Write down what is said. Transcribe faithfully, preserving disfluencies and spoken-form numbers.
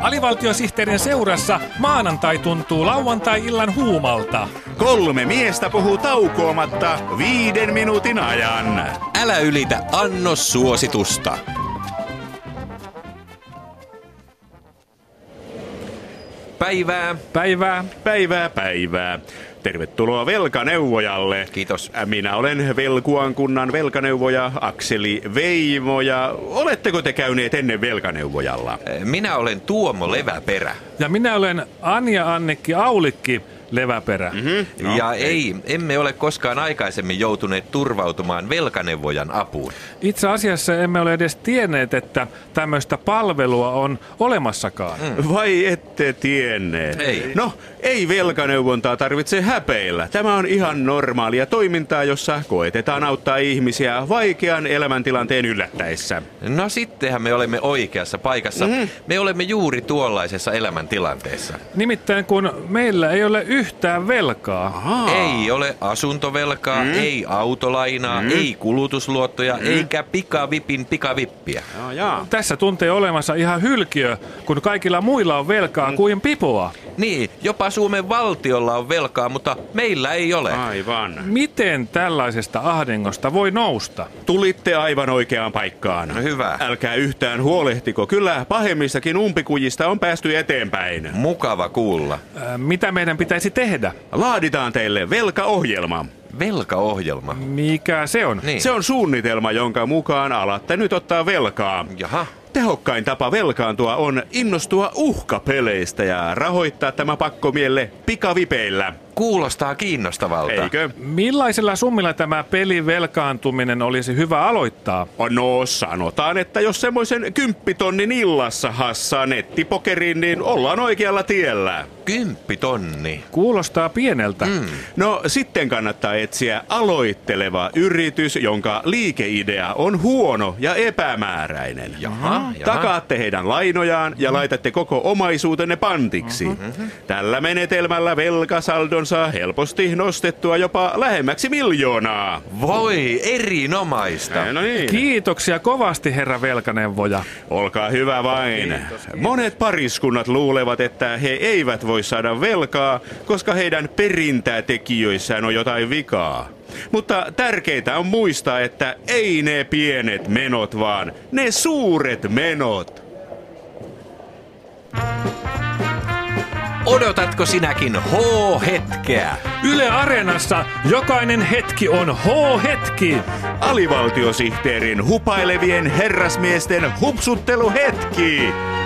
Alivaltiosihteerin seurassa maanantai tuntuu lauantai-illan huumalta. Kolme miestä puhuu taukoamatta viiden minuutin ajan. Älä ylitä annossuositusta. Päivää. Päivää. Päivää, päivää. Tervetuloa velkaneuvojalle. Kiitos. Minä olen Velkuan kunnan velkaneuvoja Akseli Veimo ja oletteko te käyneet ennen velkaneuvojalla? Minä olen Tuomo Leväperä. Ja minä olen Anja Annikki Aulikki Leväperä. Mm-hmm. No, ja ei. ei, emme ole koskaan aikaisemmin joutuneet turvautumaan velkaneuvojan apuun. Itse asiassa emme ole edes tienneet, että tämmöistä palvelua on olemassakaan. Mm. Vai ette tienneet? Ei. No, ei velkaneuvontaa tarvitse häpeillä. Tämä on ihan normaalia toimintaa, jossa koetetaan auttaa ihmisiä vaikean elämäntilanteen yllättäessä. No sittenhän me olemme oikeassa paikassa. Mm-hmm. Me olemme juuri tuollaisessa elämäntilanteessa. Nimittäin kun meillä ei ole yhtään velkaa. Ahaa. Ei ole asuntovelkaa, mm. ei autolainaa, mm. ei kulutusluottoja, mm. eikä pikavipin pikavippiä. Jaa, jaa. Tässä tuntee olemassa ihan hylkiö, kun kaikilla muilla on velkaa mm. kuin pipoa. Niin, jopa Suomen valtiolla on velkaa, mutta meillä ei ole. Aivan. Miten tällaisesta ahdingosta voi nousta? Tulitte aivan oikeaan paikkaan. No hyvä. Älkää yhtään huolehtiko, kyllä pahemmissakin umpikujista on päästy eteenpäin. Mukava kuulla. Äh, mitä meidän pitäisi tehdä? Laaditaan teille velkaohjelma. Velkaohjelma. Mikä se on? Niin. Se on suunnitelma, jonka mukaan alatte nyt ottaa velkaa. Jaha. Tehokkain tapa velkaantua on innostua uhkapeleistä ja rahoittaa tämä pakkomielle pikavipeillä. Kuulostaa kiinnostavalta. Eikö? Millaisilla summilla tämä pelin velkaantuminen olisi hyvä aloittaa? No sanotaan, että jos semmoisen kymppitonnin illassa hassaa nettipokeriin, niin ollaan oikealla tiellä. Kymppitonni. Kuulostaa pieneltä. Mm. No sitten kannattaa etsiä aloitteleva yritys, jonka liikeidea on huono ja epämääräinen. Jaha, jaha. Takaatte heidän lainojaan ja laitatte koko omaisuutenne pantiksi. Mm-hmm. Tällä menetelmällä velkasaldon saa helposti nostettua jopa lähemmäksi miljoonaa. Voi, erinomaista. No niin. Kiitoksia kovasti, herra velkaneuvoja. Olkaa hyvä vain. Kiitos, kiitos. Monet pariskunnat luulevat, että he eivät voi saada velkaa, koska heidän perintätekijöissään on jotain vikaa. Mutta tärkeintä on muistaa, että ei ne pienet menot, vaan ne suuret menot. Odotatko sinäkin H-hetkeä? Yle Areenassa jokainen hetki on H-hetki. Alivaltiosihteerin hupailevien herrasmiesten hupsutteluhetki.